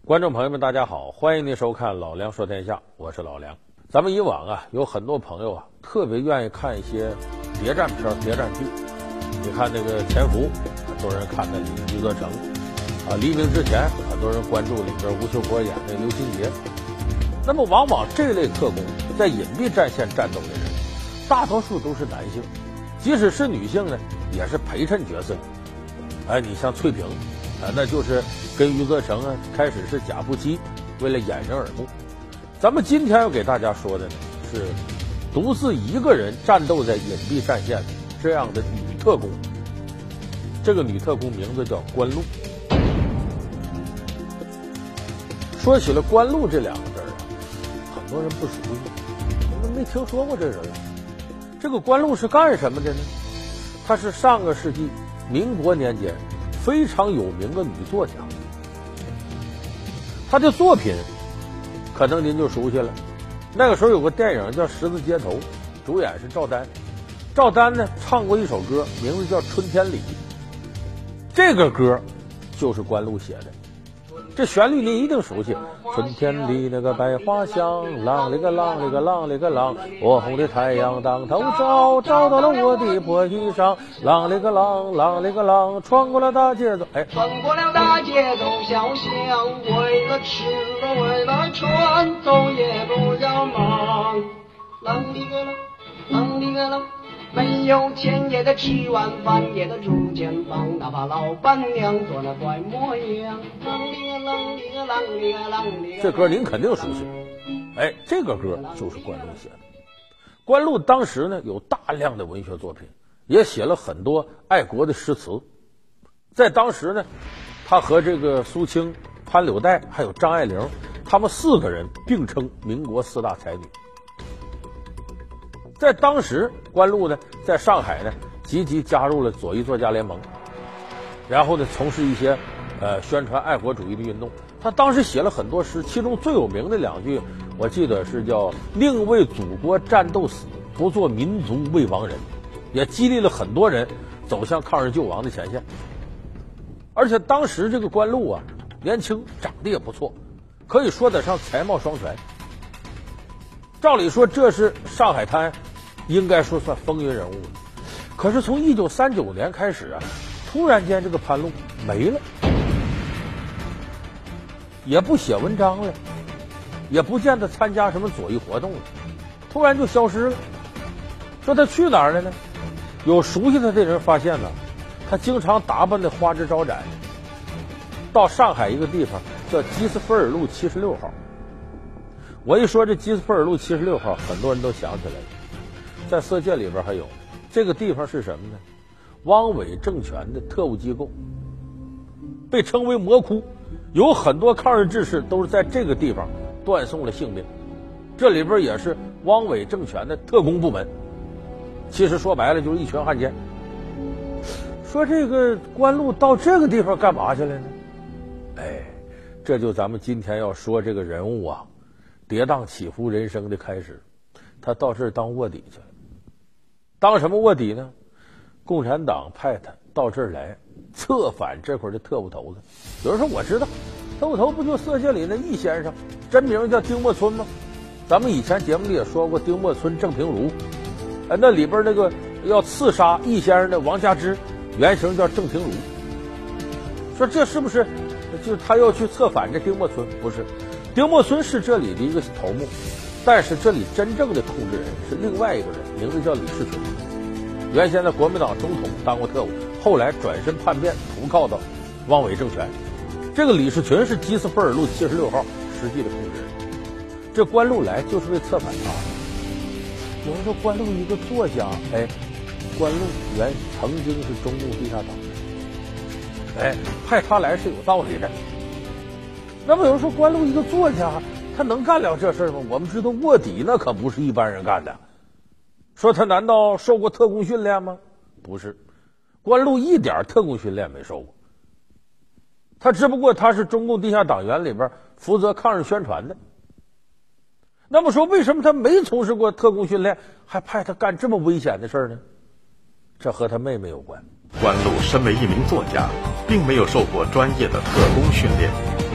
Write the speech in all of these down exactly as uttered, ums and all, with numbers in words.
观众朋友们，大家好，欢迎您收看老梁说天下，我是老梁。咱们以往啊，有很多朋友啊，特别愿意看一些谍战片、谍战剧。你看那个《潜伏》，很多人看的余则成啊，《黎明之前》，很多人关注里边吴秀波演的刘新杰。那么，往往这类特工在隐蔽战线战斗的人，大多数都是男性，即使是女性呢，也是陪衬角色。哎，你像翠萍啊，那就是跟余则成啊开始是假夫妻，为了掩人耳目。咱们今天要给大家说的呢，是独自一个人战斗在隐蔽战线的这样的女特工。这个女特工名字叫关露。说起了关露这两个字啊，很多人不熟悉，可能没听说过这人。这个关露是干什么的呢？她是上个世纪民国年间非常有名的女作家。她的作品可能您就熟悉了，那个时候有个电影叫《十字街头》，主演是赵丹。赵丹呢唱过一首歌，名字叫《春天里》，这个歌就是关露写的。这旋律您一定熟悉，春天里那个百花香，啷里个啷里个啷里个啷，火红的太阳当头照，照到了我的破衣裳，啷里个啷啷里个啷，穿过了大街走，哎， 穿过了大街走小巷，为了吃的为了穿，走也不要忙，啷里个啷啷里个啷，没有钱也得吃晚饭，也得住间房，哪怕老板娘做那怪模样，啷里个啷里个啷里个啷里个。 这歌您肯定熟悉，哎，这个歌就是关露写的。关露当时呢有大量的文学作品，也写了很多爱国的诗词。在当时呢，他和这个苏青、潘柳带还有张爱玲，他们四个人并称民国四大才女。在当时，关露呢在上海呢积极加入了左翼作家联盟，然后呢从事一些呃宣传爱国主义的运动。他当时写了很多诗，其中最有名的两句，我记得是叫“宁为祖国战斗死，不做民族为亡人”，也激励了很多人走向抗日救亡的前线。而且当时这个关露啊，年轻，长得也不错，可以说得上才貌双全。照理说这是上海滩应该说算风云人物了，可是从一九三九年开始啊，突然间这个潘露没了，也不写文章了，也不见得参加什么左翼活动了，突然就消失了。说他去哪儿了呢？有熟悉他的人发现了，他经常打扮的花枝招展，到上海一个地方叫吉斯菲尔路七十六号。我一说这吉斯菲尔路七十六号，很多人都想起来了，在色戒里边还有这个地方是什么呢？汪伪政权的特务机构，被称为魔窟，有很多抗日志士都是在这个地方断送了性命。这里边也是汪伪政权的特工部门，其实说白了就是一群汉奸。说这个关露到这个地方干嘛去了呢？哎，这就咱们今天要说这个人物啊，跌宕起伏人生的开始。他到这儿当卧底去了。当什么卧底呢？共产党派他到这儿来策反这块的特务头子。有人说我知道，特务头不就色戒里那易先生，真名叫丁默村吗？咱们以前节目里也说过丁默村、郑平如，哎，那里边那个要刺杀易先生的王家之，原型叫郑平如。说这是不是就是他要去策反这丁默村？不是，丁默村是这里的一个头目，但是这里真正的控制人是另外一个人，名字叫李士群。原先在国民党中统当过特务，后来转身叛变，投靠到汪伪政权。这个李士群是吉斯菲尔路七十六号实际的控制人。这关露来就是为策反他。有人说关露一个作家，哎，关露原曾经是中共地下党，哎，派他来是有道理的。那么有人说关露一个作家，他能干了这事吗？我们知道卧底那可不是一般人干的。说他难道受过特工训练吗？不是，关露一点特工训练没受过，他只不过他是中共地下党员里边负责抗日宣传的。那么说为什么他没从事过特工训练，还派他干这么危险的事呢？这和他妹妹有关。 关露身为一名作家，并没有受过专业的特工训练，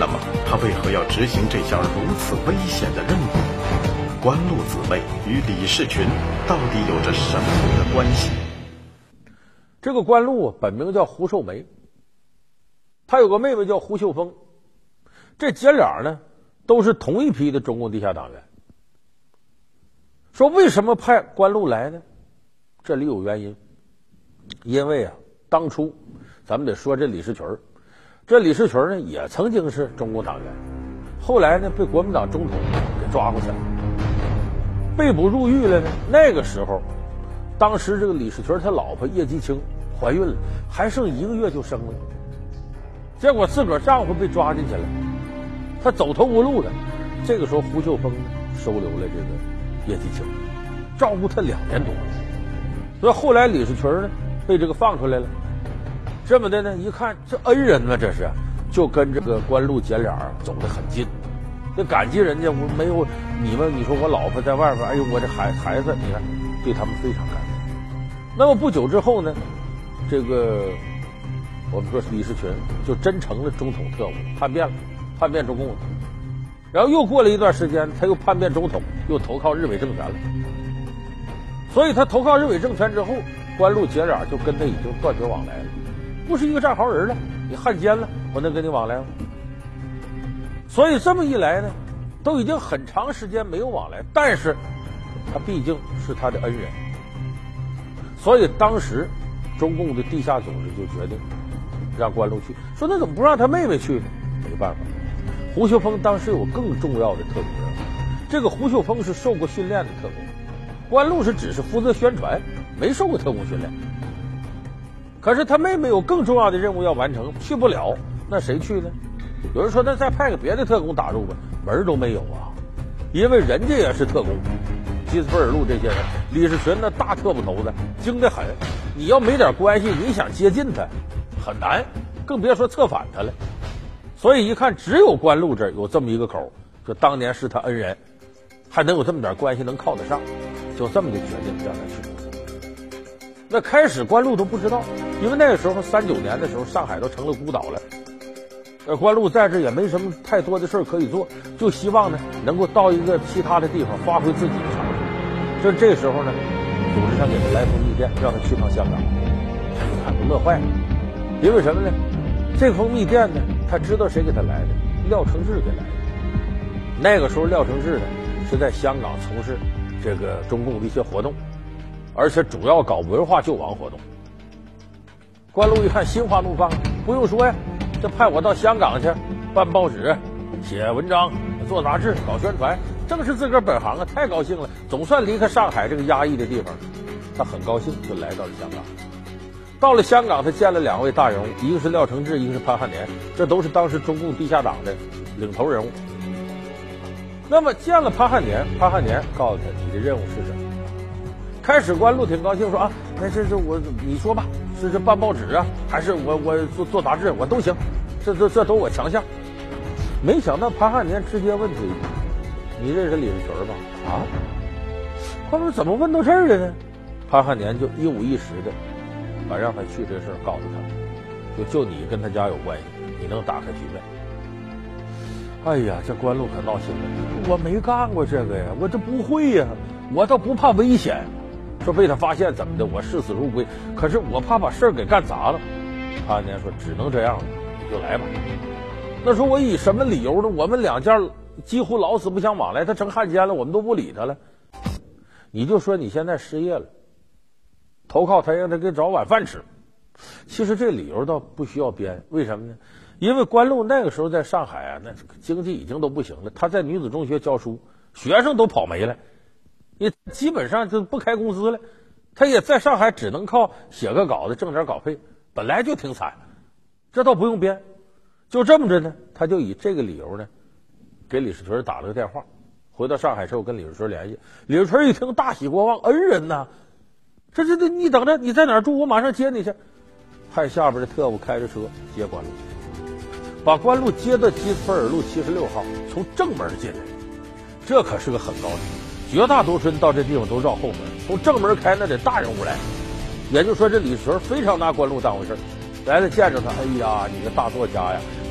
那么他为何要执行这项如此危险的任务？关路姊妹与李士群到底有着什么样的关系？ 这个关路本名叫胡寿梅，他有个妹妹叫胡秀峰，这姐俩呢都是同一批的中共地下党员。说为什么派关路来呢？这里有原因。因为啊，当初咱们得说这李士群，这李士群呢也曾经是中共党员，后来呢被国民党中统给抓过去了，被捕入狱了呢。那个时候，当时这个李士群他老婆叶继清怀孕了，还剩一个月就生了，结果自个儿丈夫被抓进去了，他走投无路了。这个时候胡秀峰呢收留了这个叶继清，照顾他两年多，所以后来李士群呢被这个放出来了。这么的呢，一看这恩人嘛，这是就跟这个关路姐俩走得很近，得感激人家。我没有你们，你说我老婆在外边，哎呦，我这孩孩子，你看对他们非常感激。那么不久之后呢，这个我们说李士群就真成了中统特务，叛变了，叛变中共了。然后又过了一段时间，他又叛变中统，又投靠日伪政权了。所以他投靠日伪政权之后，关路姐俩就跟他已经断绝往来了，不是一个战壕人了。你汉奸了，我能跟你往来吗？所以这么一来呢，都已经很长时间没有往来，但是他毕竟是他的恩人，所以当时中共的地下组织就决定让关路去。说那怎么不让他妹妹去呢？没办法，胡秀峰当时有更重要的特种任务。这个胡秀峰是受过训练的特工，关路是只是负责宣传，没受过特工训练。可是他妹妹有更重要的任务要完成，去不了，那谁去呢？有人说那再派个别的特工打入吧，门儿都没有啊，因为人家也是特工，基斯菲尔路这些人，李士群那大特务头子精得很，你要没点关系，你想接近他很难，更别说策反他了。所以一看只有关路这儿有这么一个口，就当年是他恩人，还能有这么点关系能靠得上，就这么就决定让他去。那开始关路都不知道，因为那个时候三九年的时候上海都成了孤岛了，呃，关路在这也没什么太多的事儿可以做，就希望呢能够到一个其他的地方发挥自己的长处。就这时候呢，组织上给他来封密电，让他去趟香港。他一看都乐坏了，因为什么呢？这封密电呢，他知道谁给他来的，廖承志给来的。那个时候廖承志呢是在香港从事这个中共的一些活动，而且主要搞文化救亡活动。关路一看心花怒放，不用说呀，这派我到香港去办报纸、写文章、做杂志、搞宣传，正是自个儿本行啊，太高兴了，总算离开上海这个压抑的地方。他很高兴，就来到了香港。到了香港，他见了两位大人物，一个是廖承志，一个是潘汉年，这都是当时中共地下党的领头人物。那么见了潘汉年，潘汉年告诉他你的任务是什么。开始关路挺高兴，说啊，那这这我你说吧，是这办报纸啊，还是我我做做杂志，我都行，这这这都我强项。没想到潘汉年直接问他一句：“你认识李士群吧？”啊，关路怎么问到这儿了呢？潘汉年就一五一十的把让他去这事儿告诉他，就就你跟他家有关系，你能打开局面。哎呀，这关路可闹心了，我没干过这个呀，我这不会呀，我倒不怕危险，说被他发现怎么的，我视死如归，可是我怕把事儿给干砸了。潘汉年说只能这样了，你就来吧。那说我以什么理由呢？我们两家几乎老死不相往来，他成汉奸了，我们都不理他了。你就说你现在失业了，投靠他让他给找碗饭吃。其实这理由倒不需要编，为什么呢？因为关路那个时候在上海啊，那经济已经都不行了，他在女子中学教书，学生都跑没了，也基本上就不开公司了。他也在上海只能靠写个稿子挣点稿费，本来就挺惨，这倒不用编。就这么着呢，他就以这个理由呢，给李士群打了个电话。回到上海之后跟李士群联系，李士群一听大喜过望，恩人呐，这这这你等着，你在哪儿住，我马上接你去。派下边的特务开着车接关路，把关路接到基斯菲尔路七十六号，从正门进来。这可是个很高的，绝大多数人到这地方都绕后门，从正门开那得大人物来。也就是说，这李士群非常拿关路当回事，来了见着他，哎呀，你个大作家呀，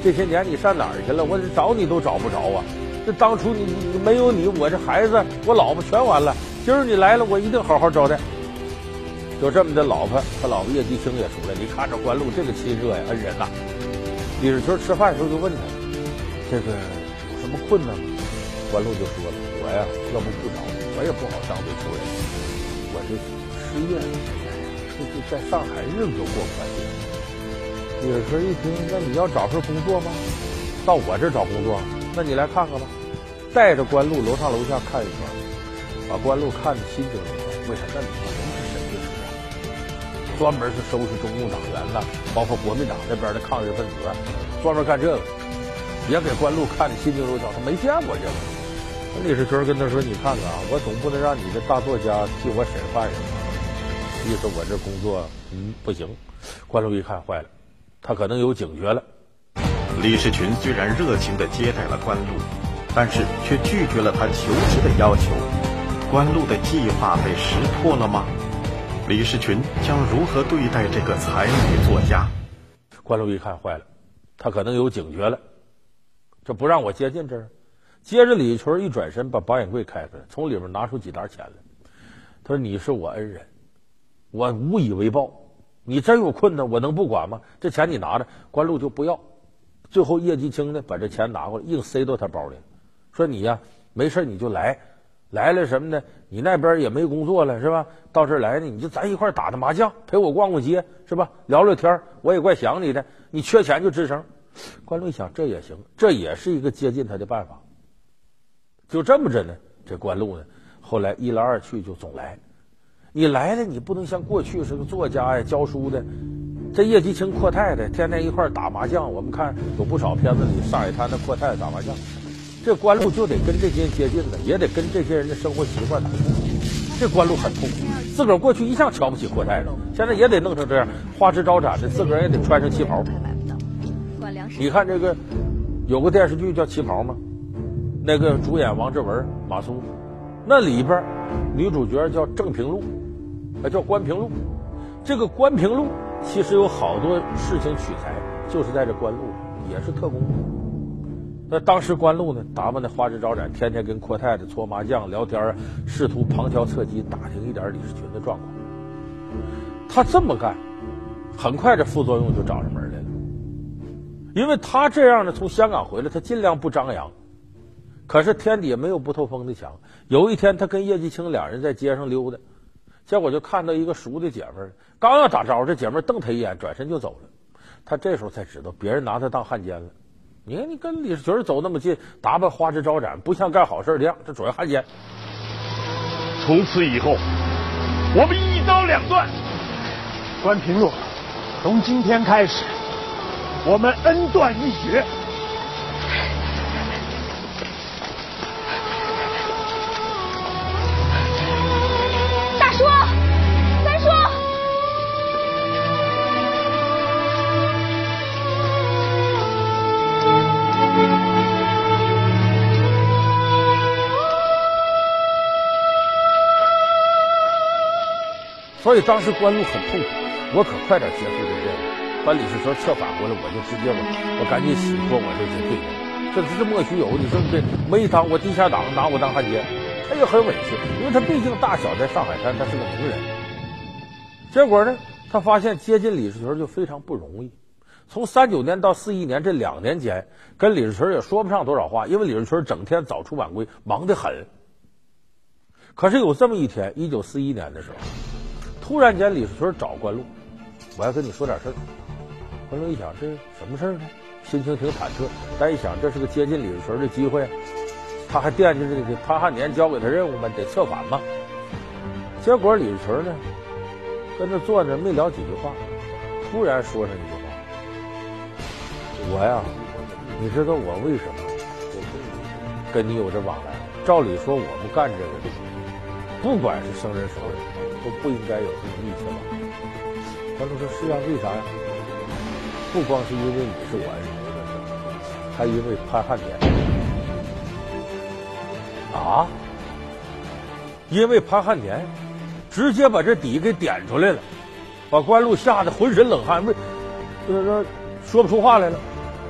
这些年你上哪儿去了？我找你都找不着啊！这当初你你没有你，我这孩子我老婆全完了。今儿你来了，我一定好好招待。就这么的，老婆他老婆叶继清也出来。你看着关路这个亲热呀，恩人呐、啊。李士群吃饭的时候就问他，这个有什么困难吗？关路就说了，我呀要不不找，我也不好当对仇人，我这失业了，这这在上海日子都过不下去。李士群一听，那你要找份工作吗？到我这找工作，那你来看看吧。带着关路楼上楼下看一圈，把关路看得心惊肉跳。为啥？那里头全是审计师啊，专门是收拾中共党员呐，包括国民党那边的抗日分子，专门干这个，也给关路看得心惊肉跳。他没见过这个。李士群跟他说：“你看看啊，我总不能让你这大作家替我审犯人吧？意思我这工作嗯不行。”关路一看坏了，他可能有警觉了。 李士群虽然热情地接待了关路，但是却拒绝了他求职的要求。关路的计划被识破了吗？李士群将如何对待这个才女作家？ 关路一看坏了，他可能有警觉了，这不让我接近这儿。接着李士群一转身把保险柜开开，从里面拿出几沓钱来。他说：“你是我恩人，我无以为报。你真有困难，我能不管吗？这钱你拿着。”关路就不要。最后叶继清呢，把这钱拿过来，硬塞到他包里，说：“你呀，没事你就来，来了什么呢？你那边也没工作了，是吧？到这儿来呢，你就咱一块打打麻将，陪我逛逛街，是吧？聊聊天，我也怪想你的。你缺钱就吱声。”关路一想，这也行，这也是一个接近他的办法。就这么着呢，这关路呢，后来一来二去就总来。你来了，你不能像过去是个作家呀、教书的。这叶继清阔太太天天一块打麻将，我们看有不少片子里上海滩的阔太太打麻将。这关路就得跟这些人接近的，也得跟这些人的生活习惯同步。这关路很痛苦，自个儿过去一向瞧不起阔太太，现在也得弄成这样，花枝招展的，自个儿也得穿上旗袍。你看这个有个电视剧叫《旗袍》吗？那个主演王志文、马苏，那里边女主角叫郑平路，呃，叫关平路。这个关平路其实有好多事情取材，就是在这关路，也是特工。那当时关路呢，打扮的花枝招展，天天跟阔太太搓麻将、聊天，试图旁敲侧击打听一点李士群的状况。他这么干，很快这副作用就找上门来了。因为他这样呢，从香港回来，他尽量不张扬。可是天底下没有不透风的墙。有一天，他跟叶继清两人在街上溜达，结果就看到一个熟的姐们儿，刚要打招呼，这姐们儿瞪他一眼，转身就走了。他这时候才知道，别人拿他当汉奸了。你看，你跟李士群走那么近，打扮花枝招展，不像干好事的样，这准汉奸。 从此以后，我们一刀两断。 关平路，从今天开始，我们恩断义绝。 大叔，三叔。 所以当时关路很痛苦，我可快点结束这任务，把李士群策反过来，我就直接我我赶紧洗脱我这些罪人，这是莫须有。你说这没当我地下党，拿我当汉奸，他也很委屈，因为他毕竟大小在上海滩，他是个名人。结果呢，他发现接近李士群就非常不容易。从三九年到四一年这两年间，跟李士群也说不上多少话，因为李士群整天早出晚归，忙得很。可是有这么一天，一九四一年的时候，突然间李士群找关路，我要跟你说点事儿。关路一想，这什么事儿呢？心情挺忐忑，但一想这是个接近李士群的机会，他还惦记着这个潘汉年交给他任务嘛，得策反嘛。结果李士群呢，跟他坐着没聊几句话，突然说上一句话：“我呀，你知道我为什么跟你有这往来？照理说我们干这个的，不管是生人熟人，都不应该有这么密切往来。”关路说：“是啊，为啥呀？不光是因为你是我恩人，还因为潘汉年啊，因为潘汉年。”直接把这底给点出来了，把关路吓得浑身冷汗，为就是说说不出话来了。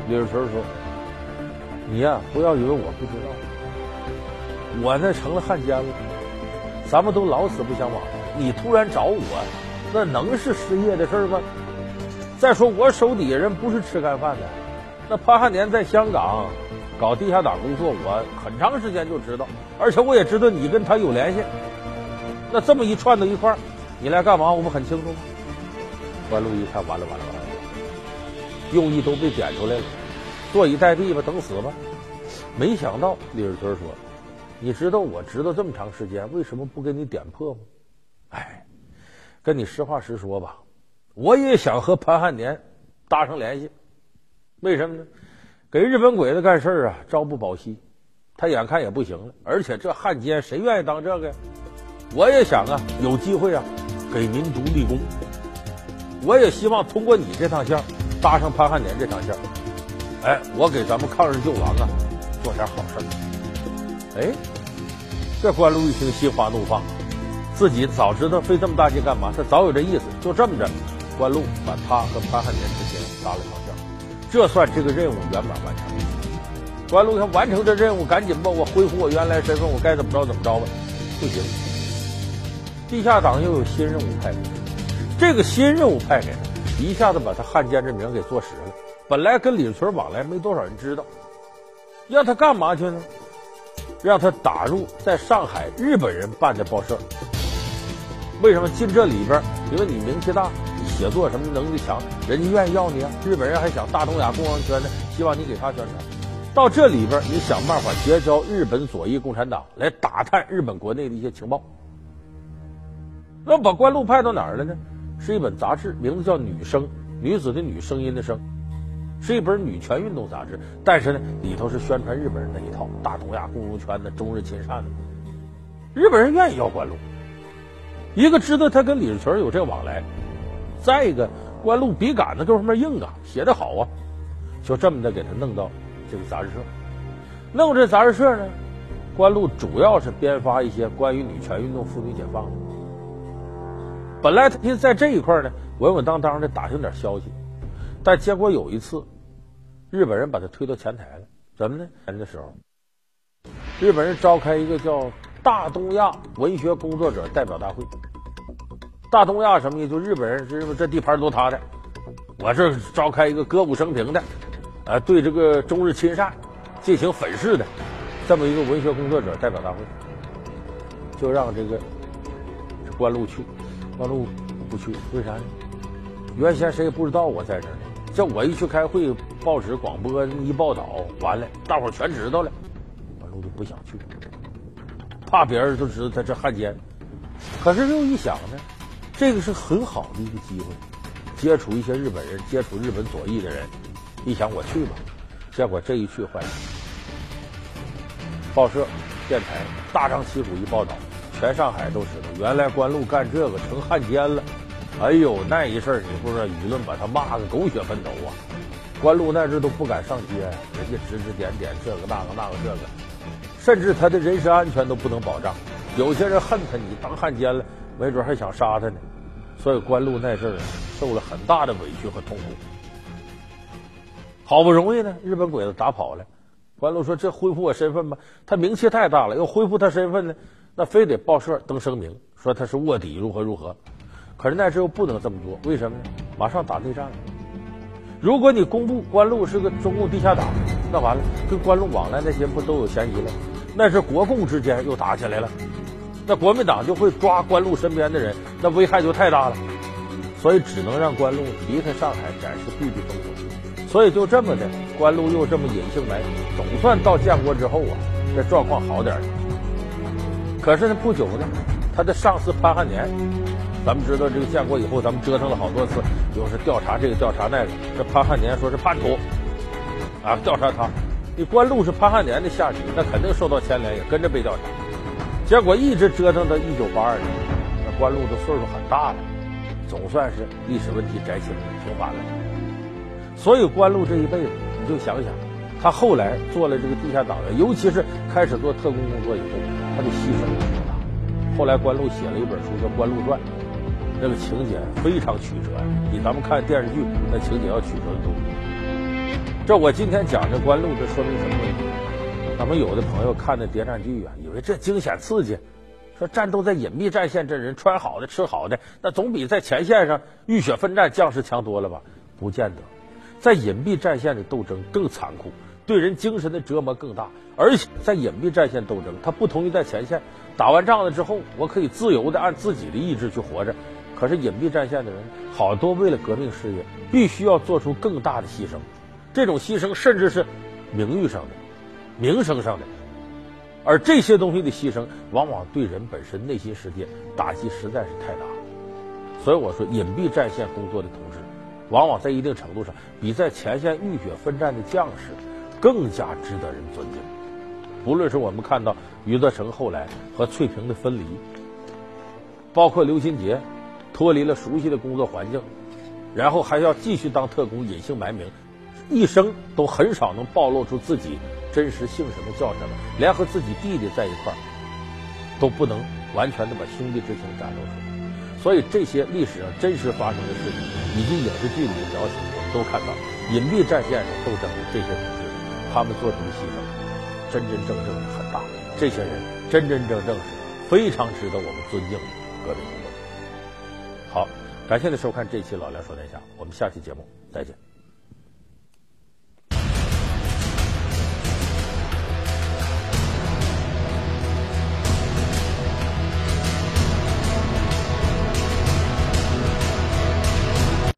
李士群说：“你呀、啊，不要以为我不知道，我呢成了汉奸了，咱们都老死不相往来。你突然找我，那能是失业的事吗？再说我手底下人不是吃干饭的，那潘汉年在香港搞地下党工作，我很长时间就知道，而且我也知道你跟他有联系。那这么一串到一块儿，你来干嘛？我们很清楚吗？”关路一看，完了完了完了，用意都被点出来了，坐以待毙吧，等死吧。没想到李士群说：“你知道我知道这么长时间，为什么不给你点破吗？哎，跟你实话实说吧，我也想和潘汉年搭上联系。为什么呢？给日本鬼子干事啊，朝不保夕，他眼看也不行了，而且这汉奸谁愿意当这个呀？我也想啊，有机会啊，给民族立功。我也希望通过你这趟线搭上潘汉年这趟线，哎，我给咱们抗日救亡啊做点好事。哎，这关路一听心花怒放，自己早知道费这么大劲干嘛，他早有这意思。就这么着，关路把他和潘汉年之间搭了条线，这算这个任务圆满完成。关路想完成这任务，赶紧吧，我恢复我原来身份，我该怎么着怎么着吧。不行，地下党又有新任务派给他，这个新任务派给他，一下子把他汉奸这名给坐实了。本来跟李士群往来没多少人知道，让他干嘛去呢？让他打入在上海日本人办的报社。为什么进这里边？因为你名气大，你写作什么能力强，人家愿意要你啊。日本人还想大东亚共王圈呢，希望你给他宣传。到这里边，你想办法结交日本左翼共产党，来打探日本国内的一些情报。那把关路派到哪儿了呢？是一本杂志，名字叫《女声》，女子的女，声音的声，是一本女权运动杂志。但是呢，里头是宣传日本人那一套，大东亚共荣圈的，中日亲善的。日本人愿意要关路，一个知道他跟李士群有这往来，再一个关路笔杆子够上面硬啊，写得好啊，就这么的给他弄到这个杂志社。弄这杂志社呢，关路主要是编发一些关于女权运动、妇女解放的。本来他因为在这一块呢，稳稳当当的打听点消息，但结果有一次，日本人把他推到前台了。怎么呢？的时候，日本人召开一个叫大东亚文学工作者代表大会。大东亚什么意思？就日本人是这地盘都他的，我这召开一个歌舞升平的，呃，对这个中日亲善进行粉饰的这么一个文学工作者代表大会，就让这个关路去。关路不去，为啥呢？原先谁也不知道我在这儿呢，这我一去开会，报纸广播一报道，完了大伙儿全知道了，关路就不想去，怕别人就知道他这汉奸。可是又一想呢，这个是很好的一个机会，接触一些日本人，接触日本左翼的人，一想我去吧，结果这一去坏了，报社、电台大张旗鼓一报道，全上海都知道，原来关路干这个成汉奸了。哎呦，那一事儿你不知道，舆论把他骂个狗血喷头啊！关路那阵都不敢上街，人家指指点点，这个那个那个这个，甚至他的人身安全都不能保障。有些人恨他，你当汉奸了，没准还想杀他呢。所以关路那阵儿受了很大的委屈和痛苦。好不容易呢，日本鬼子打跑了。关路说：“这恢复我身份吧。”他名气太大了，要恢复他身份呢，那非得报社登声明说他是卧底，如何如何。可是那时候不能这么做，为什么呢？马上打内战了。如果你公布关路是个中共地下党，那完了，跟关路往来那些不都有嫌疑了？那是国共之间又打起来了，那国民党就会抓关路身边的人，那危害就太大了。所以只能让关路离开上海，展示避避风头。所以就这么的，关路又这么隐姓埋名，总算到建国之后啊，这状况好点了。可是呢，不久呢，他的上司潘汉年。咱们知道这个建国以后，咱们折腾了好多次，又是调查这个调查那个。这潘汉年说是叛徒，啊，调查他。你关路是潘汉年的下级，那肯定受到牵连，也跟着被调查。结果一直折腾到一九八二年，那关路的岁数很大了，总算是历史问题摘清平反了。所以关路这一辈子，你就想想，他后来做了这个地下党员，尤其是开始做特工工作以后，他的牺牲很大。后来关路写了一本书叫《关路传》。那个情节非常曲折，比咱们看电视剧那情节要曲折得多。 这我今天讲这关路，这说明什么问题？咱们有的朋友看那谍战剧啊，以为这惊险刺激，说战斗在隐蔽战线，这人穿好的吃好的，那总比在前线上浴血奋战将士强多了吧？不见得，在隐蔽战线的斗争更残酷，对人精神的折磨更大。而且在隐蔽战线斗争，它不同于在前线，打完仗了之后，我可以自由的按自己的意志去活着。可是隐蔽战线的人，好多为了革命事业，必须要做出更大的牺牲，这种牺牲甚至是名誉上的、名声上的，而这些东西的牺牲，往往对人本身内心世界打击实在是太大。所以我说，隐蔽战线工作的同志，往往在一定程度上，比在前线浴血奋战的将士更加值得人尊敬。不论是我们看到余则成后来和翠萍的分离，包括刘新杰脱离了熟悉的工作环境，然后还要继续当特工，隐姓埋名，一生都很少能暴露出自己真实姓什么叫什么，连和自己弟弟在一块儿都不能完全的把兄弟之情展露出来。所以这些历史上真实发生的事情以及影视剧里的描写，我们都看到隐蔽战线上斗争的这些同志，他们做出的牺牲真真正正的很大，这些人真真正正是非常值得我们尊敬的革命工作者。好，感谢您收看这一期老梁说天下，我们下期节目再见。